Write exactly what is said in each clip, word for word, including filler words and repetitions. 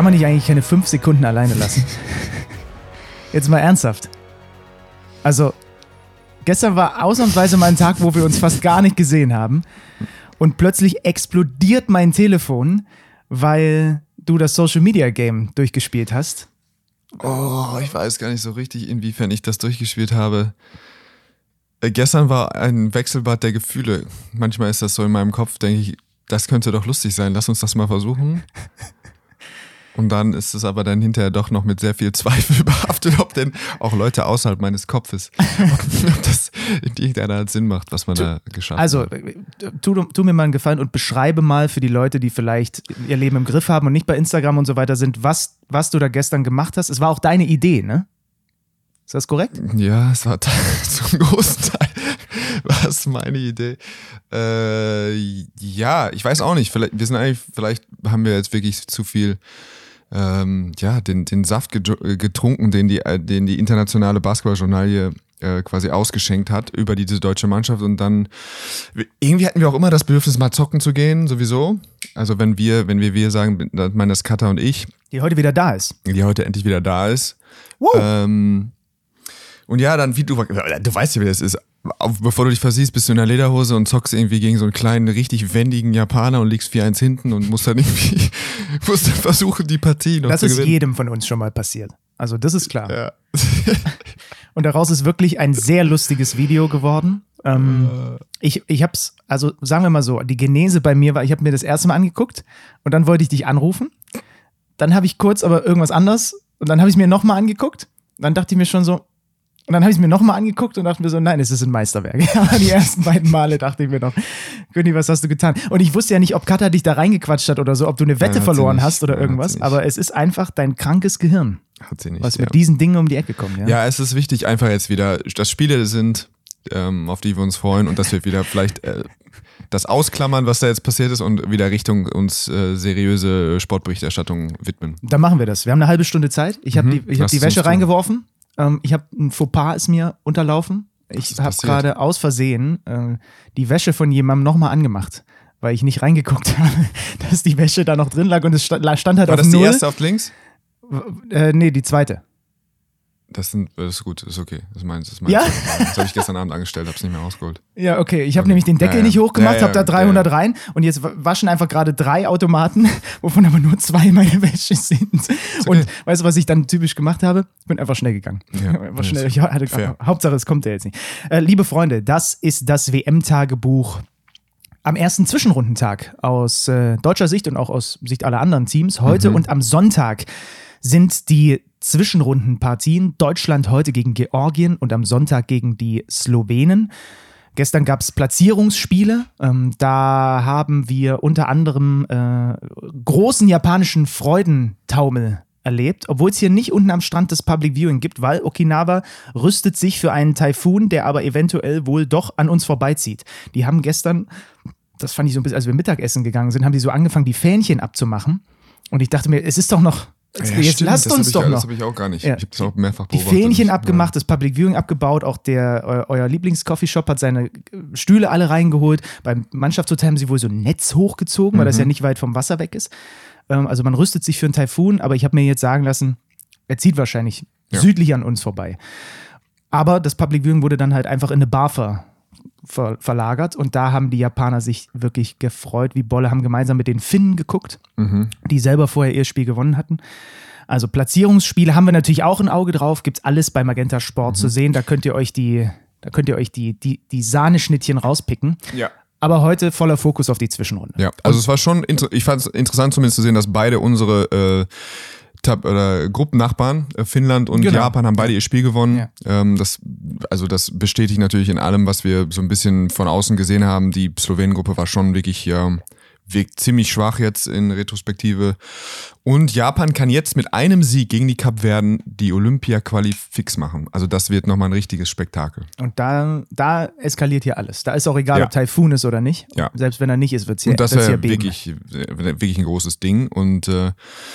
Kann man dich eigentlich keine fünf Sekunden alleine lassen? Jetzt mal ernsthaft. Also, gestern war ausnahmsweise mal ein Tag, wo wir uns fast gar nicht gesehen haben. Und plötzlich explodiert mein Telefon, weil du das Social Media Game durchgespielt hast. Oh, ich weiß gar nicht so richtig, inwiefern ich das durchgespielt habe. Äh, gestern war ein Wechselbad der Gefühle. Manchmal ist das so in meinem Kopf, denke ich, das könnte doch lustig sein, lass uns das mal versuchen. Und dann ist es aber dann hinterher doch noch mit sehr viel Zweifel behaftet, ob denn auch Leute außerhalb meines Kopfes, ob das in irgendeiner Art Sinn macht, was man tu, da geschafft also, hat. Also, tu, tu mir mal einen Gefallen und beschreibe mal für die Leute, die vielleicht ihr Leben im Griff haben und nicht bei Instagram und so weiter sind, was, was du da gestern gemacht hast. Es war auch deine Idee, ne? Ist das korrekt? Ja, es war zum großen Teil war es meine Idee. Äh, ja, ich weiß auch nicht. Vielleicht, wir sind eigentlich, vielleicht haben wir jetzt wirklich zu viel ähm, ja, den, den Saft getrunken, den die, den die internationale Basketballjournalie äh, quasi ausgeschenkt hat über diese deutsche Mannschaft. Und dann, irgendwie hatten wir auch immer das Bedürfnis, mal zocken zu gehen, sowieso. Also wenn wir, wenn wir wir sagen, dann meinen das Katha und ich. Die heute wieder da ist. Die heute endlich wieder da ist. Wow. Ähm, und ja, dann, wie du, du weißt ja, wie das ist. Bevor du dich versiehst, bist du in der Lederhose und zockst irgendwie gegen so einen kleinen, richtig wendigen Japaner und liegst vier eins hinten und musst dann irgendwie musst dann versuchen, die Partie noch das zu gewinnen. Das ist jedem von uns schon mal passiert. Also das ist klar. Ja. Und daraus ist wirklich ein sehr lustiges Video geworden. Ähm, ich ich hab's, also sagen wir mal so, die Genese bei mir war, ich habe mir das erste Mal angeguckt und dann wollte ich dich anrufen. Dann habe ich kurz aber irgendwas anderes und dann habe ich es mir nochmal angeguckt. Dann dachte ich mir schon so, und dann habe ich es mir nochmal angeguckt und dachte mir so, nein, es ist ein Meisterwerk. Aber die ersten beiden Male dachte ich mir noch, Günni, was hast du getan? Und ich wusste ja nicht, ob Katha dich da reingequatscht hat oder so, ob du eine Wette Nein, verloren nicht. hast oder Nein, irgendwas. Aber es ist einfach dein krankes Gehirn, Hat sie nicht, was mit ja. diesen Dingen um die Ecke kommt. Ja, ja, es ist wichtig, einfach jetzt wieder, dass Spiele sind, ähm, auf die wir uns freuen und dass wir wieder vielleicht äh, das ausklammern, was da jetzt passiert ist und wieder Richtung uns äh, seriöse Sportberichterstattung widmen. Dann machen wir das. Wir haben eine halbe Stunde Zeit. Ich habe Mhm. die, ich hab die Wäsche reingeworfen. Ähm, ich habe ein Fauxpas ist mir unterlaufen. Ich habe gerade aus Versehen äh, die Wäsche von jemandem nochmal angemacht, weil ich nicht reingeguckt habe, dass die Wäsche da noch drin lag und es stand, stand halt War auf das null. die erste auf links? Äh, nee, die zweite. Das, sind, das ist gut, das ist okay. Das meinst das meinst Ja? Das habe ich gestern Abend angestellt, habe es nicht mehr rausgeholt. Ja, okay. Ich habe Okay. nämlich den Deckel Ja, ja. nicht hochgemacht, Ja, ja, habe da dreihundert ja, ja. rein und jetzt waschen einfach gerade drei Automaten, wovon aber nur zwei meine Wäsche sind. okay. Und weißt du, was ich dann typisch gemacht habe? Ich bin einfach schnell gegangen. Ja, einfach ist schnell. Ich hatte, fair. Hauptsache, es kommt ja jetzt nicht. Äh, liebe Freunde, das ist das W M-Tagebuch am ersten Zwischenrundentag aus äh, deutscher Sicht und auch aus Sicht aller anderen Teams. Heute Mhm. und am Sonntag sind die Zwischenrundenpartien. Deutschland heute gegen Georgien und am Sonntag gegen die Slowenen. Gestern gab es Platzierungsspiele. Ähm, da haben wir unter anderem äh, großen japanischen Freudentaumel erlebt, obwohl es hier nicht unten am Strand das Public Viewing gibt, weil Okinawa rüstet sich für einen Taifun, der aber eventuell wohl doch an uns vorbeizieht. Die haben gestern, das fand ich so ein bisschen, als wir Mittagessen gegangen sind, haben die so angefangen, die Fähnchen abzumachen. Und ich dachte mir, es ist doch noch, jetzt, Ja, jetzt stimmt, lasst das uns hab ich, doch noch. Das habe ich auch gar nicht. Ja. Ich habe das auch mehrfach Die beobachtet. Fähnchen Ja. abgemacht, das Public Viewing abgebaut, auch der eu, euer Lieblings-Coffeeshop hat seine Stühle alle reingeholt. Beim Mannschaftshotel haben sie wohl so ein Netz hochgezogen, weil das Mhm. ja nicht weit vom Wasser weg ist. Ähm, also man rüstet sich für einen Taifun, aber ich habe mir jetzt sagen lassen, er zieht wahrscheinlich Ja. südlich an uns vorbei. Aber das Public Viewing wurde dann halt einfach in eine Bar ver, ver, verlagert und da haben die Japaner sich wirklich gefreut wie Bolle, haben gemeinsam mit den Finnen geguckt, Mhm. die selber vorher ihr Spiel gewonnen hatten. Also Platzierungsspiele haben wir natürlich auch ein Auge drauf, gibt's alles bei Magenta Sport Mhm. zu sehen, da könnt ihr euch die, da könnt ihr euch die, die, die Sahneschnittchen rauspicken. Ja. Aber heute voller Fokus auf die Zwischenrunde. Ja, also es war schon, inter- ich fand es interessant zumindest zu sehen, dass beide unsere äh, Tab oder Gruppennachbarn, äh, Finnland und Genau. Japan, haben beide ihr Spiel gewonnen. Ja. Ähm, das, also das bestätigt natürlich in allem, was wir so ein bisschen von außen gesehen haben. Die Slowenengruppe war schon wirklich ähm, wirkt ziemlich schwach jetzt in Retrospektive. Und Japan kann jetzt mit einem Sieg gegen die Kapverden die Olympia-Quali fix machen. Also das wird nochmal ein richtiges Spektakel. Und da, da eskaliert hier alles. Da ist auch egal, Ja. ob Taifun ist oder nicht. Ja. Selbst wenn er nicht ist, wird es hier, Und das wird's hier wäre beben. wirklich, äh, wirklich ein großes Ding. Und äh,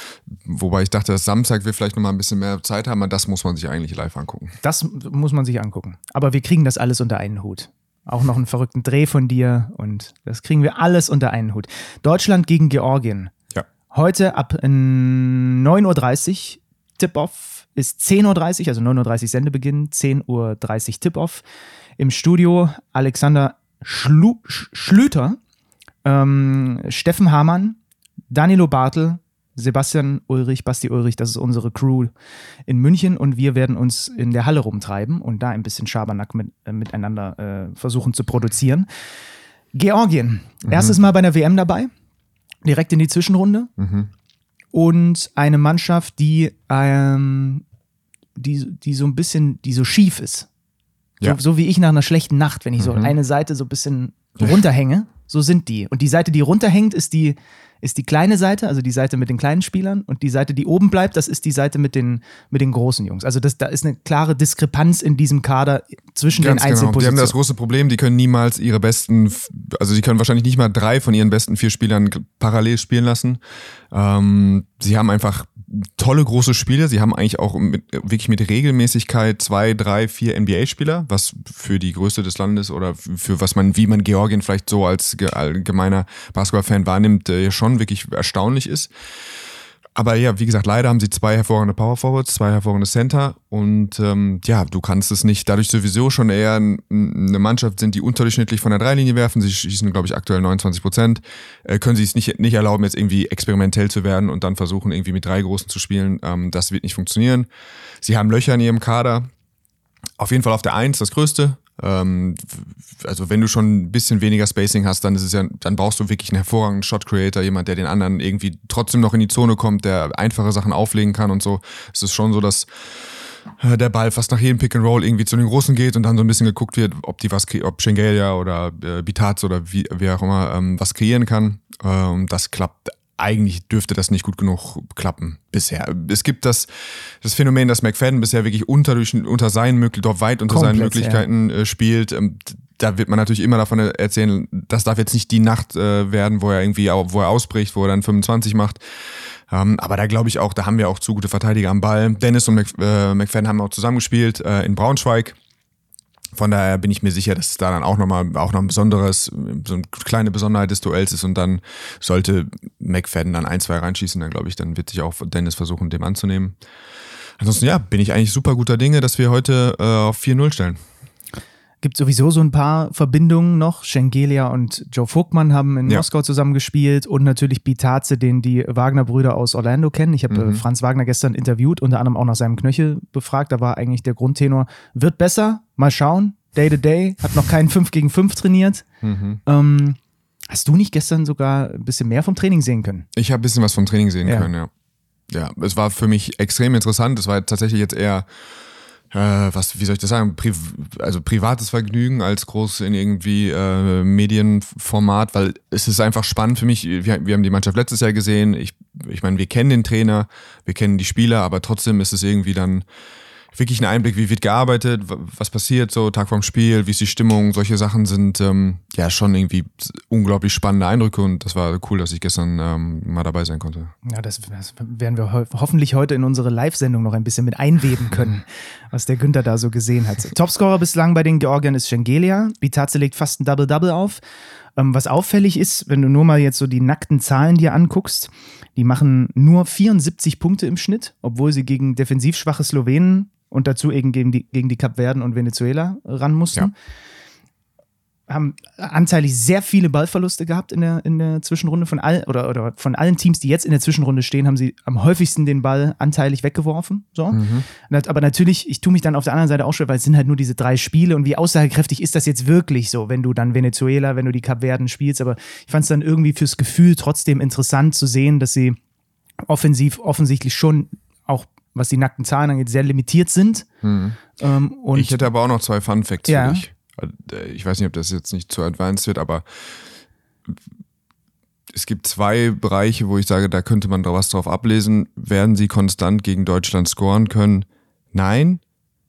wobei ich dachte, dass Samstag wir vielleicht nochmal ein bisschen mehr Zeit haben, aber das muss man sich eigentlich live angucken. Das muss man sich angucken. Aber wir kriegen das alles unter einen Hut. Auch noch einen verrückten Dreh von dir und das kriegen wir alles unter einen Hut. Deutschland gegen Georgien. Ja. Heute ab neun Uhr dreißig Tip-Off ist zehn Uhr dreißig, also neun Uhr dreißig Sendebeginn, zehn Uhr dreißig Tip-Off. Im Studio Alexander Schlu Schlüter, ähm, Steffen Hamann, Danilo Bartel, Sebastian Ulrich, Basti Ulrich, das ist unsere Crew in München und wir werden uns in der Halle rumtreiben und da ein bisschen Schabernack mit, äh, miteinander äh, versuchen zu produzieren. Georgien, mhm. erstes Mal bei einer W M dabei, direkt in die Zwischenrunde mhm. und eine Mannschaft, die, ähm, die, die so ein bisschen, die so schief ist. Ja. So, so wie ich nach einer schlechten Nacht, wenn ich so mhm. eine Seite so ein bisschen runterhänge, so sind die. Und die Seite, die runterhängt, ist die, ist die kleine Seite, also die Seite mit den kleinen Spielern. Und die Seite, die oben bleibt, das ist die Seite mit den, mit den großen Jungs. Also das, da ist eine klare Diskrepanz in diesem Kader zwischen Ganz den einzelnen genau. Die haben das große Problem, die können niemals ihre besten, also die können wahrscheinlich nicht mal drei von ihren besten vier Spielern parallel spielen lassen. Ähm, sie haben einfach tolle große Spiele. Sie haben eigentlich auch mit, wirklich mit Regelmäßigkeit zwei, drei, vier N B A-Spieler, was für die Größe des Landes oder für was man, wie man Georgien vielleicht so als allgemeiner Basketballfan wahrnimmt, äh, schon wirklich erstaunlich ist. Aber ja, wie gesagt, leider haben sie zwei hervorragende Power Forwards, zwei hervorragende Center und ähm, ja, du kannst es nicht, dadurch sowieso schon eher n- eine Mannschaft sind, die unterdurchschnittlich von der Dreilinie werfen, sie schießen, glaube ich, aktuell neunundzwanzig Prozent, äh, können sie es nicht, nicht erlauben, jetzt irgendwie experimentell zu werden und dann versuchen, irgendwie mit drei Großen zu spielen, ähm, das wird nicht funktionieren. Sie haben Löcher in ihrem Kader, auf jeden Fall auf der Eins das Größte. Ähm, also wenn du schon ein bisschen weniger Spacing hast, dann ist es ja, dann brauchst du wirklich einen hervorragenden Shot Creator, jemand, der den anderen irgendwie trotzdem noch in die Zone kommt, der einfache Sachen auflegen kann und so. Es ist schon so, dass äh, der Ball fast nach jedem Pick and Roll irgendwie zu den Großen geht und dann so ein bisschen geguckt wird, ob die was, ob Shengelia oder äh, Bitaz oder wie, wie auch immer ähm, was kreieren kann. Ähm, das klappt. Eigentlich dürfte das nicht gut genug klappen bisher. Es gibt das, das Phänomen, dass McFadden bisher wirklich unter, unter seinen Möglichkeiten, weit unter Komplett, seinen Möglichkeiten ja. spielt. Da wird man natürlich immer davon erzählen, das darf jetzt nicht die Nacht äh, werden, wo er irgendwie, wo er ausbricht, wo er dann fünfundzwanzig macht. Ähm, aber da glaube ich auch, da haben wir auch zu gute Verteidiger am Ball. Dennis und Mc, äh, McFadden haben auch zusammengespielt äh, in Braunschweig. Von daher bin ich mir sicher, dass es da dann auch nochmal auch noch ein besonderes, so eine kleine Besonderheit des Duells ist und dann sollte McFadden dann ein, zwei reinschießen, dann glaube ich, dann wird sich auch Dennis versuchen, dem anzunehmen. Ansonsten ja, bin ich eigentlich super guter Dinge, dass wir heute äh, auf vier null stellen. Gibt sowieso so ein paar Verbindungen noch. Shengelia und Joe Vogtmann haben in ja. Moskau zusammen gespielt und natürlich Bitaze, den die Wagner-Brüder aus Orlando kennen. Ich habe mhm. Franz Wagner gestern interviewt, unter anderem auch nach seinem Knöchel befragt. Da war eigentlich der Grundtenor, wird besser, mal schauen, day to day, hat noch keinen fünf gegen fünf trainiert. Mhm. Ähm, hast du nicht gestern sogar ein bisschen mehr vom Training sehen können? Ich habe ein bisschen was vom Training sehen ja. können, ja. Ja, es war für mich extrem interessant. Es war tatsächlich jetzt eher Äh, was, wie soll ich das sagen, Pri- also privates Vergnügen als groß in irgendwie äh, Medienformat, weil es ist einfach spannend für mich. Wir, wir haben die Mannschaft letztes Jahr gesehen. Ich, ich meine, wir kennen den Trainer, wir kennen die Spieler, aber trotzdem ist es irgendwie dann wirklich ein Einblick, wie wird gearbeitet, was passiert so Tag vorm Spiel, wie ist die Stimmung, solche Sachen sind ähm, ja schon irgendwie unglaublich spannende Eindrücke und das war cool, dass ich gestern ähm, mal dabei sein konnte. Ja, das, das werden wir ho- hoffentlich heute in unsere Live-Sendung noch ein bisschen mit einweben können, was der Günther da so gesehen hat. Topscorer bislang bei den Georgiern ist Shengelia, Bitaze legt fast ein Double-Double auf. Ähm, was auffällig ist, wenn du nur mal jetzt so die nackten Zahlen dir anguckst, die machen nur vierundsiebzig Punkte im Schnitt, obwohl sie gegen defensiv schwache Slowenen und dazu eben gegen die, gegen die Kapverden und Venezuela ran mussten. Ja. Haben anteilig sehr viele Ballverluste gehabt in der, in der Zwischenrunde. Von, all, oder, oder von allen Teams, die jetzt in der Zwischenrunde stehen, haben sie am häufigsten den Ball anteilig weggeworfen. So. Mhm. Aber natürlich, ich tue mich dann auf der anderen Seite auch schwer, weil es sind halt nur diese drei Spiele und wie aussagekräftig ist das jetzt wirklich so, wenn du dann Venezuela, wenn du die Kapverden spielst. Aber ich fand es dann irgendwie fürs Gefühl trotzdem interessant zu sehen, dass sie offensiv offensichtlich schon auch was die nackten Zahlen angeht, sehr limitiert sind. Hm. Ähm, und ich hätte aber auch noch zwei Fun Facts ja. für dich. Ich weiß nicht, ob das jetzt nicht zu advanced wird, aber es gibt zwei Bereiche, wo ich sage, da könnte man was drauf ablesen. Werden sie konstant gegen Deutschland scoren können? Nein.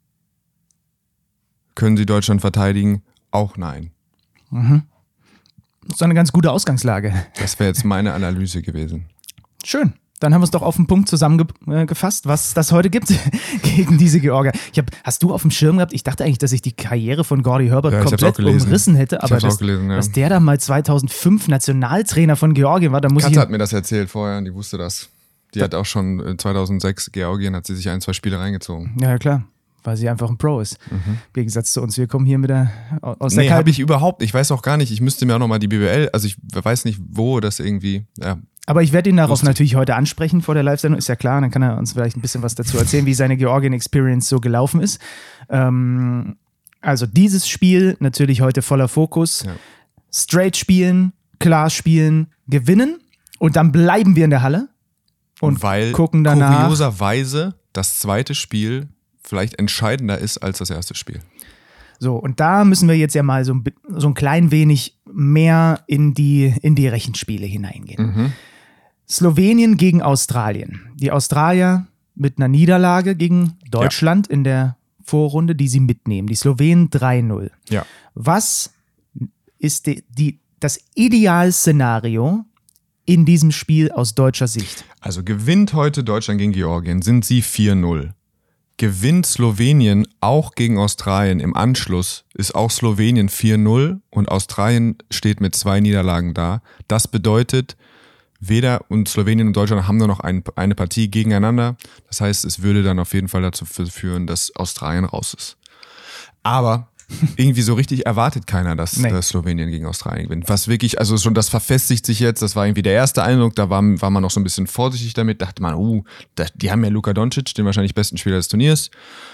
Können sie Deutschland verteidigen? Auch nein. Mhm. Das ist eine ganz gute Ausgangslage. Das wäre jetzt meine Analyse gewesen. Schön. Dann haben wir es doch auf den Punkt zusammengefasst, was das heute gibt gegen diese Georgier. Ich hab, hast du auf dem Schirm gehabt? Ich dachte eigentlich, dass ich die Karriere von Gordy Herbert ja, komplett umrissen hätte, aber das, gelesen, ja. dass der da mal zweitausendfünf Nationaltrainer von Georgien war, da muss Katja ich... hat mir das erzählt vorher und die wusste das. Die hat auch schon zweitausendsechs Georgien, hat sie sich ein, zwei Spiele reingezogen. Ja, klar. Weil sie einfach ein Pro ist. Mhm. Im Gegensatz zu uns. Wir kommen hier mit der aus der Nee, habe ich überhaupt. Ich weiß auch gar nicht. Ich müsste mir auch nochmal die B B L, also ich weiß nicht, wo das irgendwie, ja. Aber ich werde ihn darauf lustig. natürlich heute ansprechen vor der Live-Sendung, ist ja klar. Dann kann er uns vielleicht ein bisschen was dazu erzählen, wie seine Georgien-Experience so gelaufen ist. Ähm, also dieses Spiel natürlich heute voller Fokus. Ja. Straight spielen, klar spielen, gewinnen und dann bleiben wir in der Halle und Weil gucken danach. Kurioserweise das zweite Spiel vielleicht entscheidender ist als das erste Spiel. So, und da müssen wir jetzt ja mal so ein, so ein klein wenig mehr in die, in die Rechenspiele hineingehen. Mhm. Slowenien gegen Australien. Die Australier mit einer Niederlage gegen Deutschland ja. in der Vorrunde, die sie mitnehmen. Die Slowenen drei null. Ja. Was ist die, die, das Idealszenario in diesem Spiel aus deutscher Sicht? Also gewinnt heute Deutschland gegen Georgien, sind sie vier null. Gewinnt Slowenien auch gegen Australien im Anschluss, ist auch Slowenien vier null und Australien steht mit zwei Niederlagen da. Das bedeutet, weder und Slowenien und Deutschland haben nur noch ein, eine Partie gegeneinander. Das heißt, es würde dann auf jeden Fall dazu führen, dass Australien raus ist. Aber irgendwie so richtig erwartet keiner, dass nee. Slowenien gegen Australien gewinnt. Was wirklich, also schon das verfestigt sich jetzt, das war irgendwie der erste Eindruck, da war, war man noch so ein bisschen vorsichtig damit, dachte man, uh, die haben ja Luka Doncic, den wahrscheinlich besten Spieler des Turniers.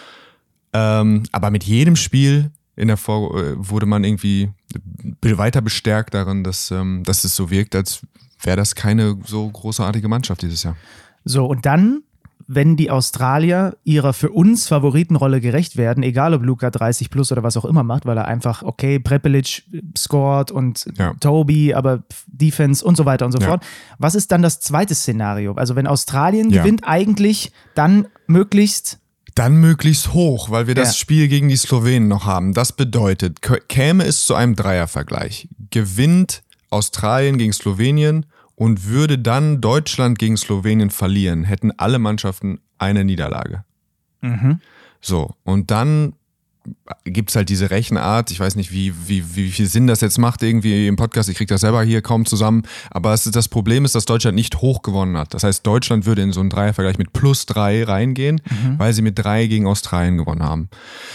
Ähm, aber mit jedem Spiel in der Vor- wurde man irgendwie weiter bestärkt darin, dass, ähm, dass es so wirkt, als wäre das keine so großartige Mannschaft dieses Jahr. So, und dann, wenn die Australier ihrer für uns Favoritenrolle gerecht werden, egal ob Luka dreißig plus oder was auch immer macht, weil er einfach, okay, Prepelic scored und ja. Toby, aber Defense und so weiter und so ja. fort. Was ist dann das zweite Szenario? Also wenn Australien ja. gewinnt, eigentlich dann möglichst... Dann möglichst hoch, weil wir das ja. Spiel gegen die Slowenen noch haben. Das bedeutet, käme es zu einem Dreiervergleich, gewinnt Australien gegen Slowenien und würde dann Deutschland gegen Slowenien verlieren, hätten alle Mannschaften eine Niederlage. Mhm. So, und dann gibt es halt diese Rechenart, ich weiß nicht, wie, wie, wie viel Sinn das jetzt macht irgendwie im Podcast, ich kriege das selber hier kaum zusammen, aber es, das Problem ist, dass Deutschland nicht hoch gewonnen hat. Das heißt, Deutschland würde in so einen Dreiervergleich mit plus drei reingehen, mhm. weil sie mit drei gegen Australien gewonnen haben.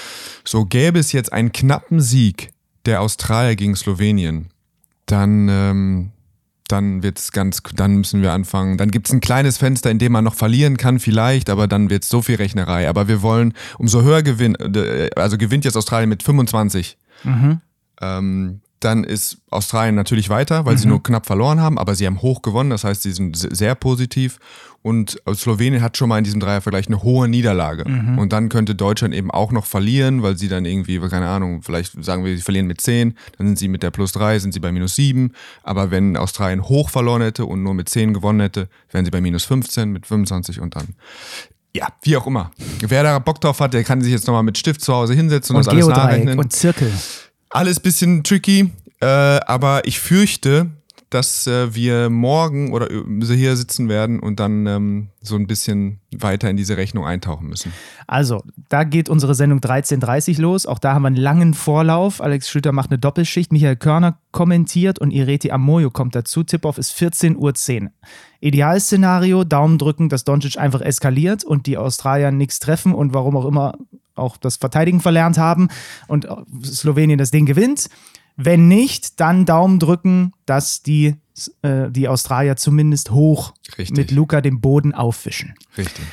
So, gäbe es jetzt einen knappen Sieg der Australier gegen Slowenien, dann... Ähm, dann wird's ganz, dann müssen wir anfangen. Dann gibt es ein kleines Fenster, in dem man noch verlieren kann vielleicht, aber dann wird es so viel Rechnerei. Aber wir wollen, umso höher gewinnen, also gewinnt jetzt Australien mit fünfundzwanzig. Mhm. Ähm, dann ist Australien natürlich weiter, weil mhm. sie nur knapp verloren haben, aber sie haben hoch gewonnen, das heißt, sie sind sehr positiv. Und Slowenien hat schon mal in diesem Dreiervergleich eine hohe Niederlage. Mhm. Und dann könnte Deutschland eben auch noch verlieren, weil sie dann irgendwie, keine Ahnung, vielleicht sagen wir, sie verlieren mit zehn, dann sind sie mit der plus drei, sind sie bei minus sieben. Aber wenn Australien hoch verloren hätte und nur mit zehn gewonnen hätte, wären sie bei minus fünfzehn, mit fünfundzwanzig und dann... Ja, wie auch immer. Wer da Bock drauf hat, der kann sich jetzt nochmal mit Stift zu Hause hinsetzen und, und das alles nachrechnen. Und Zirkel. Alles ein bisschen tricky, äh, aber ich fürchte, dass äh, wir morgen oder hier sitzen werden und dann ähm, so ein bisschen weiter in diese Rechnung eintauchen müssen. Also, da geht unsere Sendung dreizehn Uhr dreißig los. Auch da haben wir einen langen Vorlauf. Alex Schlüter macht eine Doppelschicht. Michael Körner kommentiert und Ireti Amoyo kommt dazu. Tip-Off ist vierzehn Uhr zehn. Idealszenario, Daumen drücken, dass Doncic einfach eskaliert und die Australier nichts treffen und warum auch immer auch das Verteidigen verlernt haben und Slowenien das Ding gewinnt. Wenn nicht, dann Daumen drücken, dass die, äh, die Australier zumindest hoch Richtig. mit Luka den Boden aufwischen. Richtig.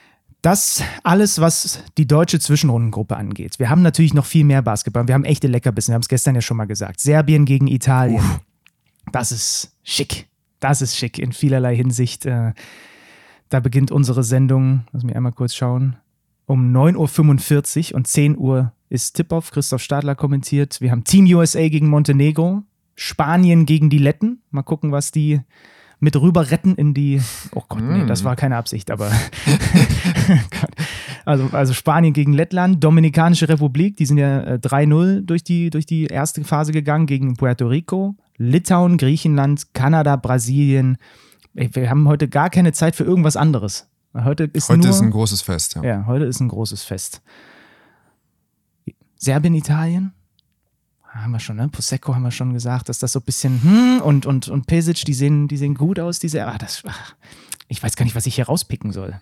Das alles, was die deutsche Zwischenrundengruppe angeht. Wir haben natürlich noch viel mehr Basketball. Wir haben echte Leckerbissen. Wir haben es gestern ja schon mal gesagt. Serbien gegen Italien. Uff. Das ist schick. Das ist schick in vielerlei Hinsicht. Äh, da beginnt unsere Sendung, lass mich einmal kurz schauen, um neun Uhr fünfundvierzig und zehn Uhr ist Tip-Off. Christoph Stadler kommentiert. Wir haben Team U S A gegen Montenegro, Spanien gegen die Letten. Mal gucken, was die mit rüber retten in die... Oh Gott, mm. nee, das war keine Absicht, aber... also, also Spanien gegen Lettland, Dominikanische Republik, die sind ja äh, drei null durch die, durch die erste Phase gegangen gegen Puerto Rico, Litauen, Griechenland, Kanada, Brasilien, ey, wir haben heute gar keine Zeit für irgendwas anderes. Heute ist Heute nur, ist ein großes Fest, ja. Ja, heute ist ein großes Fest. Serbien, Italien? Haben wir schon, ne? Prosecco haben wir schon gesagt, dass das so ein bisschen, hm, und, und, und Pesic, die sehen, die sehen gut aus, diese, ah, das, ach, ich weiß gar nicht, was ich hier rauspicken soll.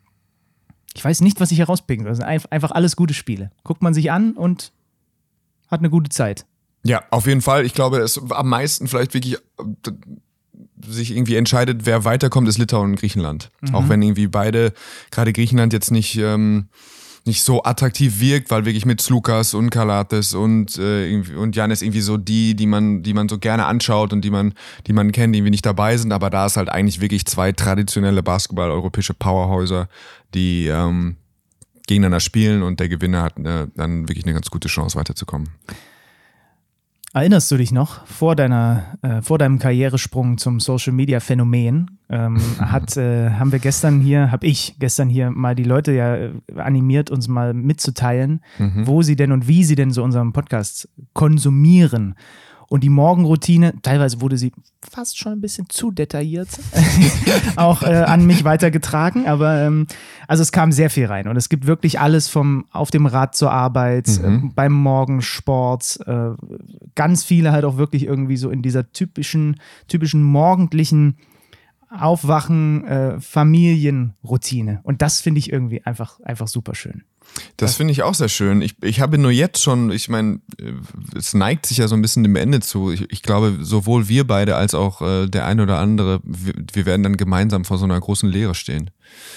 Ich weiß nicht, was ich hier rauspicken soll. Das sind einfach alles gute Spiele. Guckt man sich an und hat eine gute Zeit. Ja, auf jeden Fall. Ich glaube, es am meisten vielleicht wirklich äh, sich irgendwie entscheidet, wer weiterkommt, ist Litauen und Griechenland. Mhm. Auch wenn irgendwie beide, gerade Griechenland jetzt nicht, ähm, nicht so attraktiv wirkt, weil wirklich mit Slukas und Kalates und, äh, irgendwie, und Giannis irgendwie so die, die man, die man so gerne anschaut und die man, die man kennt, die irgendwie nicht dabei sind. Aber da ist halt eigentlich wirklich zwei traditionelle Basketball-europäische Powerhäuser, die ähm, gegeneinander spielen und der Gewinner hat äh, dann wirklich eine ganz gute Chance weiterzukommen. Erinnerst du dich noch, vor, deiner, äh, vor deinem Karrieresprung zum Social-Media-Phänomen ähm, hat, äh, haben wir gestern hier, habe ich gestern hier mal die Leute ja äh, animiert, uns mal mitzuteilen, mhm. wo sie denn und wie sie denn so unseren Podcast konsumieren. Und die Morgenroutine, teilweise wurde sie fast schon ein bisschen zu detailliert, auch äh, an mich weitergetragen. Aber ähm, also es kam sehr viel rein. Und es gibt wirklich alles vom auf dem Rad zur Arbeit, mhm. äh, beim Morgensport. Äh, ganz viele halt auch wirklich irgendwie so in dieser typischen, typischen morgendlichen Aufwachen, äh, Familienroutine. Und das finde ich irgendwie einfach, einfach super schön. Das finde ich auch sehr schön. Ich, ich habe nur jetzt schon, ich meine, es neigt sich ja so ein bisschen dem Ende zu. Ich, ich glaube, sowohl wir beide als auch äh, der eine oder andere, wir, wir werden dann gemeinsam vor so einer großen Leere stehen.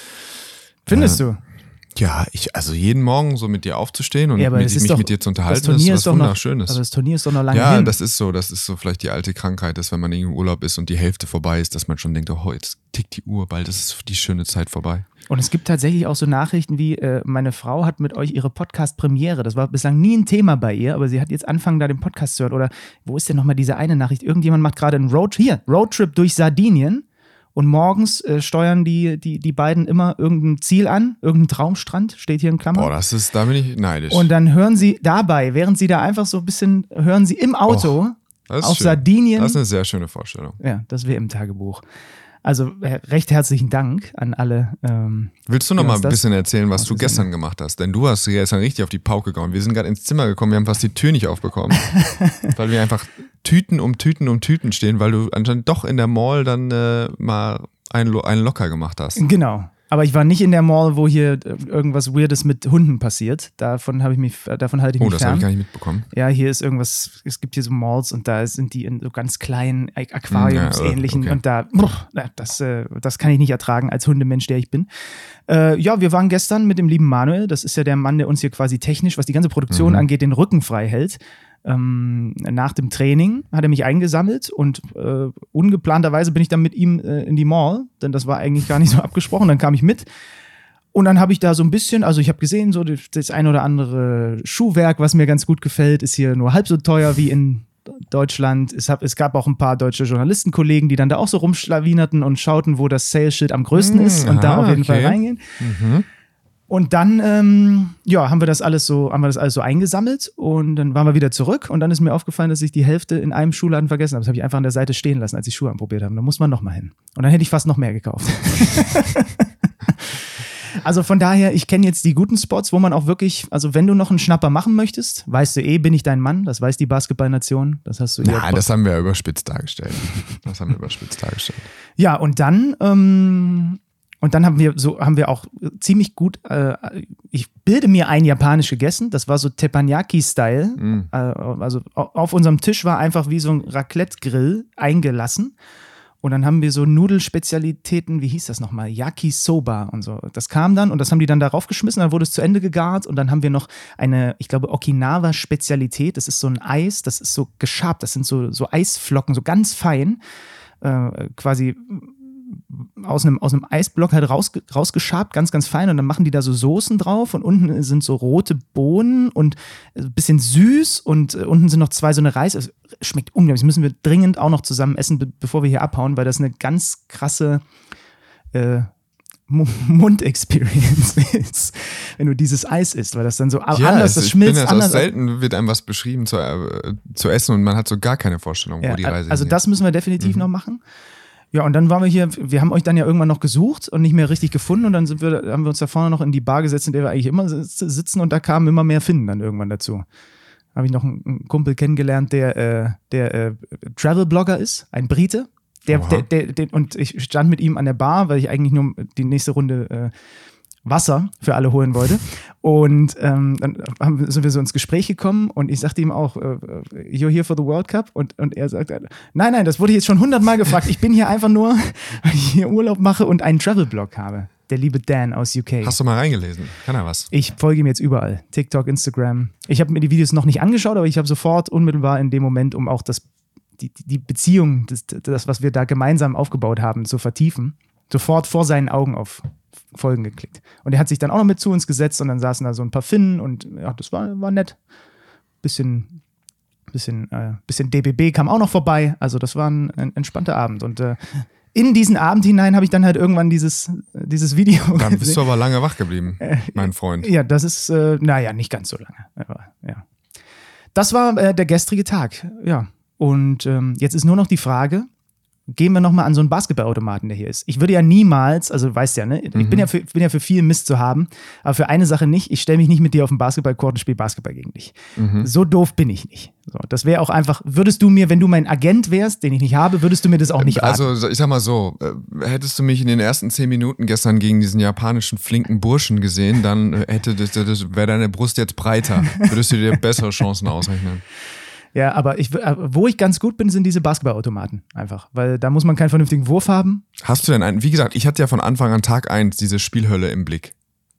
Findest äh, du? Ja, ich, also jeden Morgen so mit dir aufzustehen und ja, mit, mich doch, mit dir zu unterhalten, das Turnier ist was ist doch noch, Wunderschönes. also das Turnier ist doch noch lange ja, hin. Ja, das ist so. Das ist so vielleicht die alte Krankheit, dass wenn man irgendwie im Urlaub ist und die Hälfte vorbei ist, dass man schon denkt, oh, jetzt tickt die Uhr, bald ist die schöne Zeit vorbei. Und es gibt tatsächlich auch so Nachrichten wie, äh, meine Frau hat mit euch ihre Podcast-Premiere, das war bislang nie ein Thema bei ihr, aber sie hat jetzt angefangen, da den Podcast zu hören. Oder wo ist denn nochmal diese eine Nachricht? Irgendjemand macht gerade einen Road, hier, Roadtrip durch Sardinien und morgens äh, steuern die, die, die beiden immer irgendein Ziel an, irgendein Traumstrand, steht hier in Klammern. Boah, das ist, da bin ich neidisch. Und dann hören sie dabei, während sie da einfach so ein bisschen, hören sie im Auto Och, auf schön. Sardinien. Das ist eine sehr schöne Vorstellung. Ja, das wäre im Tagebuch. Also recht herzlichen Dank an alle. Ähm, Willst du noch mal ein bisschen erzählen, was du gestern Sinn. gemacht hast? Denn du hast gestern richtig auf die Pauke gehauen. Wir sind gerade ins Zimmer gekommen, wir haben fast die Tür nicht aufbekommen, weil wir einfach Tüten um Tüten um Tüten stehen, weil du anscheinend doch in der Mall dann äh, mal einen, einen locker gemacht hast. Genau. Aber ich war nicht in der Mall, wo hier irgendwas Weirdes mit Hunden passiert. Davon habe ich mich, davon halte ich mich fern. Oh, das habe ich gar nicht mitbekommen. Ja, hier ist irgendwas, es gibt hier so Malls und da sind die in so ganz kleinen Aquariums-ähnlichen ja, okay. und da, das, das kann ich nicht ertragen als Hundemensch, der ich bin. Äh, ja, wir waren gestern mit dem lieben Manuel, das ist ja der Mann, der uns hier quasi technisch, was die ganze Produktion mhm. angeht, den Rücken frei hält. Ähm, nach dem Training hat er mich eingesammelt und äh, ungeplanterweise bin ich dann mit ihm äh, in die Mall, denn das war eigentlich gar nicht so abgesprochen, dann kam ich mit und dann habe ich da so ein bisschen, also ich habe gesehen, so das, das ein oder andere Schuhwerk, was mir ganz gut gefällt, ist hier nur halb so teuer wie in Deutschland. Es, hab, es gab auch ein paar deutsche Journalistenkollegen, die dann da auch so rumschlawinerten und schauten, wo das Sales-Schild am größten mmh, ist und aha, da auf jeden okay. Fall reingehen. Mhm. Und dann, ähm, ja, haben wir das alles so, haben wir das alles so eingesammelt und dann waren wir wieder zurück und dann ist mir aufgefallen, dass ich die Hälfte in einem Schuhladen vergessen habe. Das habe ich einfach an der Seite stehen lassen, als ich Schuhe anprobiert habe. Da muss man noch mal hin. Und dann hätte ich fast noch mehr gekauft. Also von daher, ich kenne jetzt die guten Spots, wo man auch wirklich, also wenn du noch einen Schnapper machen möchtest, weißt du eh, bin ich dein Mann, das weiß die Basketballnation, das hast du eh. Nein, das haben wir überspitzt dargestellt. Das haben wir überspitzt dargestellt. Ja, und dann, ähm, Und dann haben wir so haben wir auch ziemlich gut, äh, ich bilde mir ein, japanisch gegessen. Das war so Teppanyaki-Style. Mm. Äh, also auf unserem Tisch war einfach wie so ein Raclette-Grill eingelassen. Und dann haben wir so Nudelspezialitäten, wie hieß das nochmal? Yakisoba und so. Das kam dann und das haben die dann darauf geschmissen, dann wurde es zu Ende gegart und dann haben wir noch eine, ich glaube, Okinawa-Spezialität. Das ist so ein Eis, das ist so geschabt, das sind so, so Eisflocken, so ganz fein, äh, quasi aus einem, aus einem Eisblock halt raus, rausgeschabt, ganz, ganz fein und dann machen die da so Soßen drauf und unten sind so rote Bohnen und ein bisschen süß und unten sind noch zwei so eine Reis. Es schmeckt unglaublich. Das müssen wir dringend auch noch zusammen essen, be- bevor wir hier abhauen, weil das eine ganz krasse äh, Mund-Experience ist, wenn du dieses Eis isst, weil das dann so ja, anders, das schmilzt bin ja anders. So selten wird einem was beschrieben zu, äh, zu essen und man hat so gar keine Vorstellung, ja, wo die Reise Also hingeht. das müssen wir definitiv mhm. noch machen. Ja, und dann waren wir hier, wir haben euch dann ja irgendwann noch gesucht und nicht mehr richtig gefunden und dann sind wir, haben wir uns da vorne noch in die Bar gesetzt, in der wir eigentlich immer sitzen und da kamen immer mehr Finnen dann irgendwann dazu. Habe ich noch einen Kumpel kennengelernt, der, äh, der äh, Travel-Blogger ist, ein Brite. Der, der, der, der, und ich stand mit ihm an der Bar, weil ich eigentlich nur die nächste Runde äh, Wasser für alle holen wollte. Und ähm, dann haben, sind wir so ins Gespräch gekommen und ich sagte ihm auch, äh, you're here for the World Cup? Und, und er sagt, nein, nein, das wurde jetzt schon hundertmal gefragt. Ich bin hier einfach nur, weil ich hier Urlaub mache und einen Travel-Blog habe. Der liebe Dan aus U K. Hast du mal reingelesen? Kann er was? Ich folge ihm jetzt überall. TikTok, Instagram. Ich habe mir die Videos noch nicht angeschaut, aber ich habe sofort unmittelbar in dem Moment, um auch das, die, die Beziehung, das, das, was wir da gemeinsam aufgebaut haben, zu vertiefen, sofort vor seinen Augen auf Folgen geklickt. Und er hat sich dann auch noch mit zu uns gesetzt und dann saßen da so ein paar Finnen und ja, das war, war nett. Bisschen, bisschen, äh, bisschen D B B kam auch noch vorbei. Also das war ein, ein entspannter Abend. Und äh, in diesen Abend hinein habe ich dann halt irgendwann dieses, dieses Video Dann gesehen. bist du aber lange wach geblieben, äh, mein Freund. Ja, das ist, äh, naja, nicht ganz so lange. Aber, ja. Das war äh, der gestrige Tag, ja. Und ähm, jetzt ist nur noch die Frage, gehen wir nochmal an so einen Basketballautomaten, der hier ist. Ich würde ja niemals, also weißt ja, ne? Ich Mhm. bin, ja für, bin ja für viel Mist zu haben, aber für eine Sache nicht, ich stelle mich nicht mit dir auf den Basketballcourt und spiele Basketball gegen dich. Mhm. So doof bin ich nicht. So, das wäre auch einfach, würdest du mir, wenn du mein Agent wärst, den ich nicht habe, würdest du mir das auch nicht raten? Also ich sag mal so, äh, hättest du mich in den ersten zehn Minuten gestern gegen diesen japanischen flinken Burschen gesehen, dann äh, hätte das, das wäre deine Brust jetzt breiter. Würdest du dir bessere Chancen ausrechnen. Ja, aber ich, wo ich ganz gut bin, sind diese Basketballautomaten einfach, weil da muss man keinen vernünftigen Wurf haben. Hast du denn einen, wie gesagt, ich hatte ja von Anfang an Tag eins diese Spielhölle im Blick.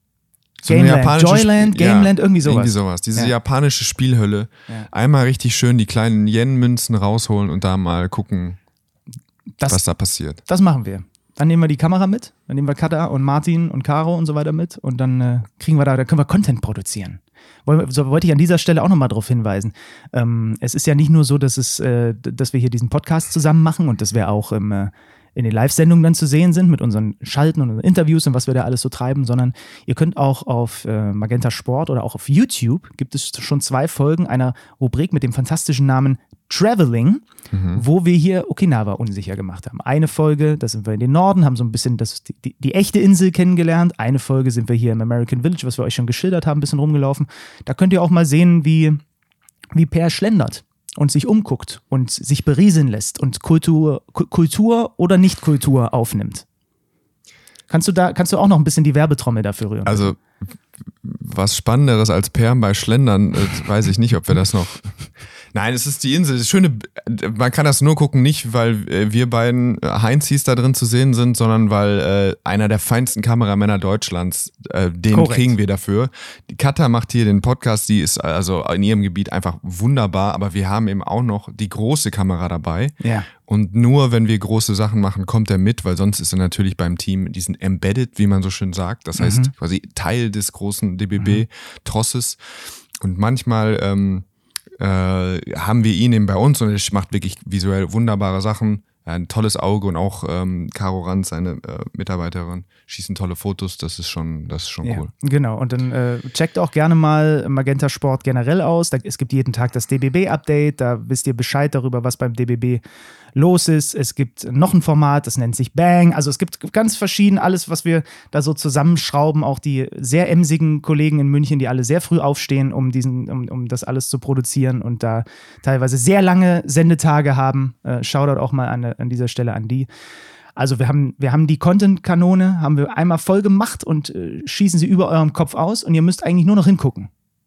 So Gameland, Joyland, Spiel- Gameland, irgendwie sowas. Irgendwie sowas. Diese Ja. japanische Spielhölle. Ja. Einmal richtig schön die kleinen Yen-Münzen rausholen und da mal gucken, Das, was da passiert. das machen wir. Dann nehmen wir die Kamera mit, dann nehmen wir Katha und Martin und Caro und so weiter mit und dann äh, kriegen wir da, da können wir Content produzieren. Wollen- So wollte ich an dieser Stelle auch nochmal darauf hinweisen. Ähm, es ist ja nicht nur so, dass, es, äh, dass wir hier diesen Podcast zusammen machen und dass wir auch im, äh, in den Live-Sendungen dann zu sehen sind mit unseren Schalten und unseren Interviews und was wir da alles so treiben, sondern ihr könnt auch auf äh, Magenta Sport oder auch auf YouTube gibt es schon zwei Folgen einer Rubrik mit dem fantastischen Namen Traveling, wo wir hier Okinawa unsicher gemacht haben. Eine Folge, da sind wir in den Norden, haben so ein bisschen das, die, die, die echte Insel kennengelernt. Eine Folge sind wir hier im American Village, was wir euch schon geschildert haben, ein bisschen rumgelaufen. Da könnt ihr auch mal sehen, wie, wie Per schlendert und sich umguckt und sich berieseln lässt und Kultur, Ku- Kultur oder Nicht-Kultur aufnimmt. Kannst du da, kannst du auch noch ein bisschen die Werbetrommel dafür rühren? Also was Spannenderes als Perlen bei Schlendern, äh, weiß ich nicht, ob wir das noch... Nein, es ist die Insel. Das Schöne, man kann das nur gucken, nicht weil äh, wir beiden äh, Heinzis da drin zu sehen sind, sondern weil äh, einer der feinsten Kameramänner Deutschlands, äh, den Korrekt. kriegen wir dafür. Die Katha macht hier den Podcast, die ist also in ihrem Gebiet einfach wunderbar, aber wir haben eben auch noch die große Kamera dabei. Ja. Und nur wenn wir große Sachen machen, kommt er mit, weil sonst ist er natürlich beim Team diesen embedded, wie man so schön sagt. Das heißt Mhm. quasi Teil des großen D B B-Trosses. Und manchmal ähm, äh, haben wir ihn eben bei uns und er macht wirklich visuell wunderbare Sachen. Er hat ein tolles Auge und auch ähm, Caro Ranz, seine äh, Mitarbeiterin, schießen tolle Fotos. Das ist schon, das ist schon Ja, cool. genau. Und dann äh, checkt auch gerne mal Magenta Sport generell aus. Da, es gibt jeden Tag das D B B-Update. Da wisst ihr Bescheid darüber, was beim D B B los ist. Es gibt noch ein Format, das nennt sich Bang. Also es gibt ganz verschieden alles, was wir da so zusammenschrauben. Auch die sehr emsigen Kollegen in München, die alle sehr früh aufstehen, um, diesen, um, um das alles zu produzieren und da teilweise sehr lange Sendetage haben. Äh, Shoutout auch mal an, an dieser Stelle an die. Also wir haben, wir haben die Content-Kanone, haben wir einmal voll gemacht und äh, schießen sie über eurem Kopf aus und ihr müsst eigentlich nur noch hingucken.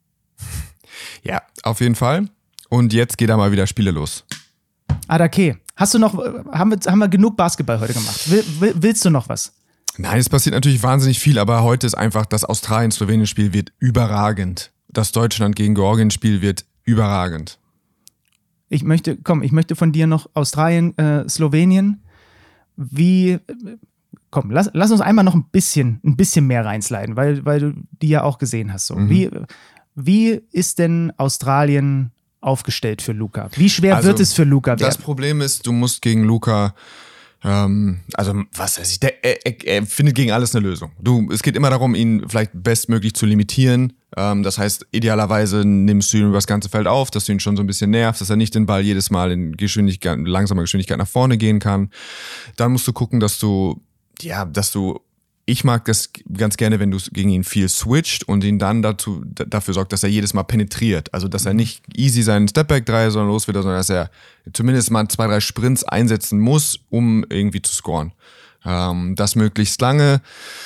Ja, auf jeden Fall. Und jetzt geht da mal wieder Spiele los. Adake, hast du noch, äh, haben wir, haben wir genug Basketball heute gemacht? Will, will, willst du noch was? Nein, es passiert natürlich wahnsinnig viel, aber heute ist einfach das Australien-Slowenien-Spiel wird überragend. Das Deutschland gegen Georgien-Spiel wird überragend. Ich möchte, komm, ich möchte von dir noch Australien, äh, Slowenien. Wie, äh, komm, lass, lass uns einmal noch ein bisschen, ein bisschen mehr reinsliden, weil, weil du die ja auch gesehen hast. So. Mhm. Wie, wie ist denn Australien aufgestellt für Luka? Wie schwer Also, wird es für Luka werden? Das Problem ist, du musst gegen Luka, ähm, also was weiß ich, der, er, er, er findet gegen alles eine Lösung. Du, es geht immer darum, ihn vielleicht bestmöglich zu limitieren. Ähm, das heißt, idealerweise nimmst du ihn über das ganze Feld auf, dass du ihn schon so ein bisschen nervst, dass er nicht den Ball jedes Mal in Geschwindigkeit, langsamer Geschwindigkeit nach vorne gehen kann. Dann musst du gucken, dass du, ja, dass du Ich mag das ganz gerne, wenn du gegen ihn viel switcht und ihn dann dazu, d- dafür sorgt, dass er jedes Mal penetriert. Also, dass er nicht easy seinen Stepback-Dreier sondern los wird, sondern dass er zumindest mal zwei, drei Sprints einsetzen muss, um irgendwie zu scoren. Ähm, das möglichst lange.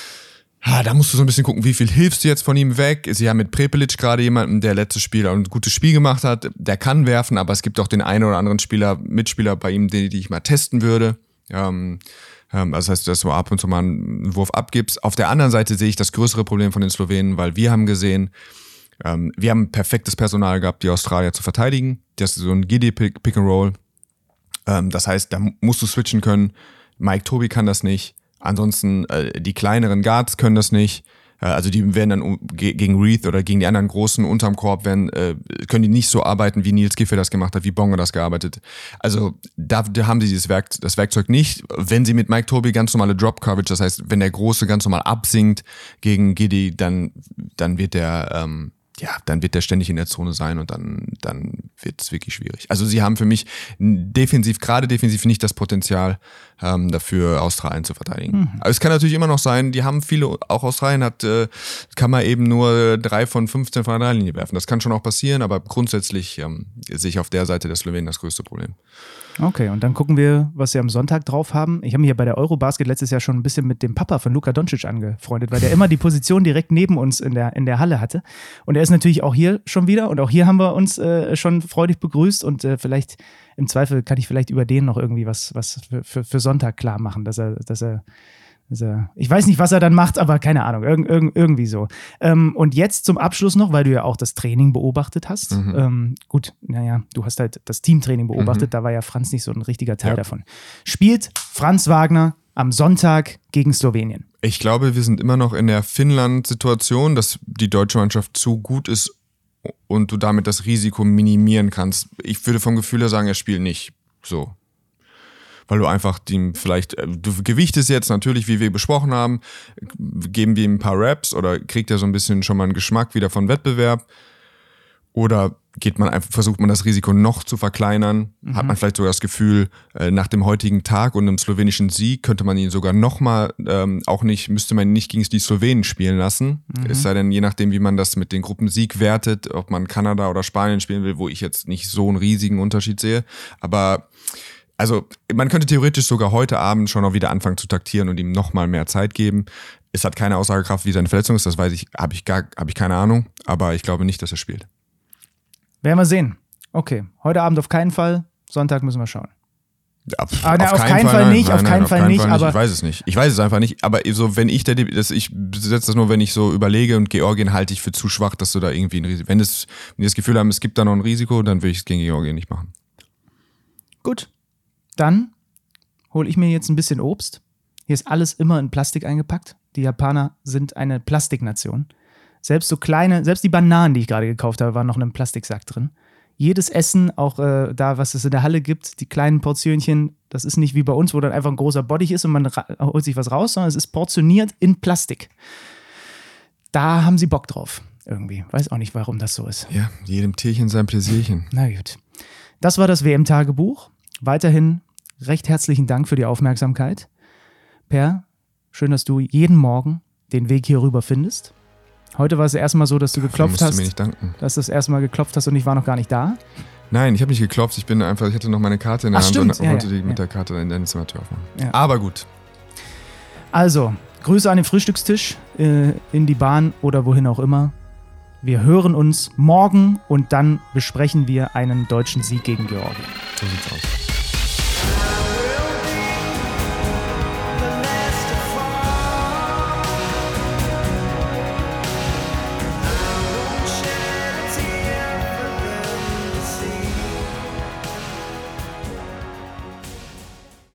Ah, da musst du so ein bisschen gucken, wie viel hilfst du jetzt von ihm weg. Sie haben mit Prepelic gerade jemanden, der letztes Spiel ein gutes Spiel gemacht hat. Der kann werfen, aber es gibt auch den einen oder anderen Spieler, Mitspieler bei ihm, die, die ich mal testen würde. Ähm, Also das heißt, dass du ab und zu mal einen Wurf abgibst. Auf der anderen Seite sehe ich das größere Problem von den Slowenen, weil wir haben gesehen, ähm, wir haben perfektes Personal gehabt, die Australier zu verteidigen. Das ist so ein Giddy-Pick-and-Roll. Ähm, das heißt, da musst du switchen können. Mike Tobey kann das nicht. Ansonsten äh, die kleineren Guards können das nicht. Also die werden dann gegen Reith oder gegen die anderen Großen unterm Korb werden, äh, können die nicht so arbeiten, wie Nils Giffey das gemacht hat, wie Bonga das gearbeitet. Also da, da haben sie dieses Werk, das Werkzeug nicht. Wenn sie mit Mike Tobey ganz normale Drop-Coverage, das heißt, wenn der Große ganz normal absinkt gegen Giddy, dann, dann wird der, ähm, ja, dann wird der ständig in der Zone sein und dann, dann wird es wirklich schwierig. Also sie haben für mich defensiv, gerade defensiv nicht das Potenzial, ähm, dafür Australien zu verteidigen. Mhm. Aber es kann natürlich immer noch sein, die haben viele, auch Australien hat, äh, kann man eben nur drei von fünfzehn von der Dreilinie werfen. Das kann schon auch passieren, aber grundsätzlich ähm, sehe ich auf der Seite der Slowenen das größte Problem. Okay, und dann gucken wir, was sie am Sonntag drauf haben. Ich habe mich ja bei der Eurobasket letztes Jahr schon ein bisschen mit dem Papa von Luka Doncic angefreundet, weil der immer die Position direkt neben uns in der, in der Halle hatte. Und er ist natürlich auch hier schon wieder und auch hier haben wir uns äh, schon freudig begrüßt und äh, vielleicht im Zweifel kann ich vielleicht über den noch irgendwie was, was für, für, für Sonntag klar machen, dass er, dass er Also, ich weiß nicht, was er dann macht, aber keine Ahnung, irg- irg- irgendwie so. Ähm, und jetzt zum Abschluss noch, weil du ja auch das Training beobachtet hast. Mhm. Ähm, gut, naja, du hast halt das Teamtraining beobachtet, Mhm. da war ja Franz nicht so ein richtiger Teil Ja. davon. Spielt Franz Wagner am Sonntag gegen Slowenien? Ich glaube, wir sind immer noch in der Finnland-Situation, dass die deutsche Mannschaft zu gut ist und du damit das Risiko minimieren kannst. Ich würde vom Gefühl her sagen, er spielt nicht so. Weil du einfach dem vielleicht, du gewichtest jetzt natürlich, wie wir besprochen haben, geben wir ihm ein paar Raps oder kriegt er so ein bisschen schon mal einen Geschmack wieder von Wettbewerb oder geht man einfach, versucht man das Risiko noch zu verkleinern, mhm. hat man vielleicht sogar das Gefühl, nach dem heutigen Tag und einem slowenischen Sieg könnte man ihn sogar nochmal, ähm, auch nicht, müsste man ihn nicht gegen die Slowenen spielen lassen, mhm. es sei denn, je nachdem, wie man das mit den Gruppensieg wertet, ob man Kanada oder Spanien spielen will, wo ich jetzt nicht so einen riesigen Unterschied sehe, aber also man könnte theoretisch sogar heute Abend schon auch wieder anfangen zu taktieren und ihm nochmal mehr Zeit geben. Es hat keine Aussagekraft, wie seine Verletzung ist, das weiß ich, habe ich gar, habe ich keine Ahnung, aber ich glaube nicht, dass er spielt. Werden wir sehen. Okay, heute Abend auf keinen Fall, Sonntag müssen wir schauen. Auf, ah, na, auf, auf keinen keinen Fall, Fall nein, nicht, nein, auf nein, keinen auf Fall keinen nicht, Fall aber ich weiß es nicht. Ich weiß es einfach nicht, aber so, wenn ich der, das, ich setze das nur, wenn ich so überlege und Georgien halte ich für zu schwach, dass du da irgendwie ein Risiko, wenn, es, wenn die das Gefühl haben, es gibt da noch ein Risiko, dann würde ich es gegen Georgien nicht machen. Gut, dann hole ich mir jetzt ein bisschen Obst. Hier ist alles immer in Plastik eingepackt. Die Japaner sind eine Plastiknation. Selbst so kleine, selbst die Bananen, die ich gerade gekauft habe, waren noch in einem Plastiksack drin. Jedes Essen, auch äh, da, was es in der Halle gibt, die kleinen Portionchen, das ist nicht wie bei uns, wo dann einfach ein großer Bottich ist und man ra- holt sich was raus, sondern es ist portioniert in Plastik. Da haben sie Bock drauf, irgendwie. Weiß auch nicht, warum das so ist. Ja, jedem Tierchen sein Pläsierchen. Na gut. Das war das W M-Tagebuch. Weiterhin recht herzlichen Dank für die Aufmerksamkeit. Per, schön, dass du jeden Morgen den Weg hier rüber findest. Heute war es erstmal so, dass du Dafür geklopft musst du hast. mir nicht danken. Dass du das erste Mal geklopft hast und ich war noch gar nicht da. Nein, ich habe nicht geklopft, ich bin einfach, ich hatte noch meine Karte in der Ach, Hand stimmt. und Ja, wollte ja, die mit ja. der Karte in deine Zimmertür aufmachen. Ja. Aber gut. Also, Grüße an den Frühstückstisch, äh, in die Bahn oder wohin auch immer. Wir hören uns morgen und dann besprechen wir einen deutschen Sieg gegen Georgien. So sieht's aus.